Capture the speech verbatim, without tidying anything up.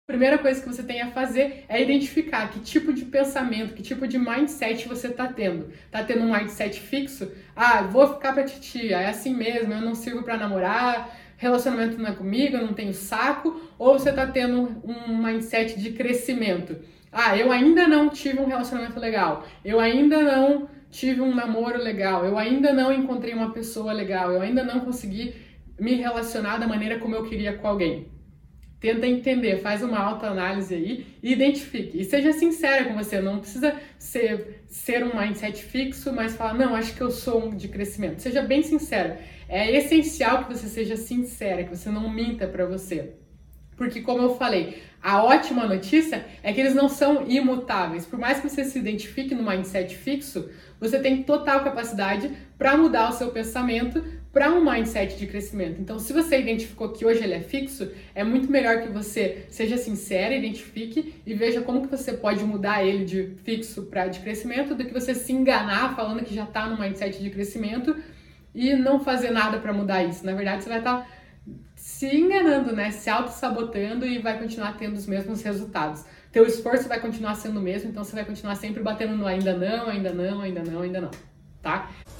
Primeira coisa que você tem a fazer é identificar que tipo de pensamento, que tipo de mindset você está tendo. Tá tendo um mindset fixo? Ah, vou ficar pra titia, é assim mesmo, eu não sirvo para namorar, relacionamento não é comigo, eu não tenho saco. Ou você tá tendo um mindset de crescimento? Ah, eu ainda não tive um relacionamento legal, eu ainda não tive um namoro legal, eu ainda não encontrei uma pessoa legal, eu ainda não consegui me relacionar da maneira como eu queria com alguém. Tenta entender, faz uma autoanálise aí e identifique. E seja sincera com você, não precisa ser, ser um mindset fixo, mas falar, não, acho que eu sou um de crescimento. Seja bem sincera. É essencial que você seja sincera, que você não minta para você. Porque, como eu falei, a ótima notícia é que eles não são imutáveis. Por mais que você se identifique no mindset fixo, você tem total capacidade para mudar o seu pensamento para um mindset de crescimento. Então, se você identificou que hoje ele é fixo, é muito melhor que você seja sincera, identifique e veja como que você pode mudar ele de fixo para de crescimento, do que você se enganar falando que já está no mindset de crescimento e não fazer nada para mudar isso. Na verdade, você vai estar tá se enganando, né? Se auto-sabotando e vai continuar tendo os mesmos resultados. Teu esforço vai continuar sendo o mesmo, então você vai continuar sempre batendo no ainda não, ainda não, ainda não, ainda não, tá?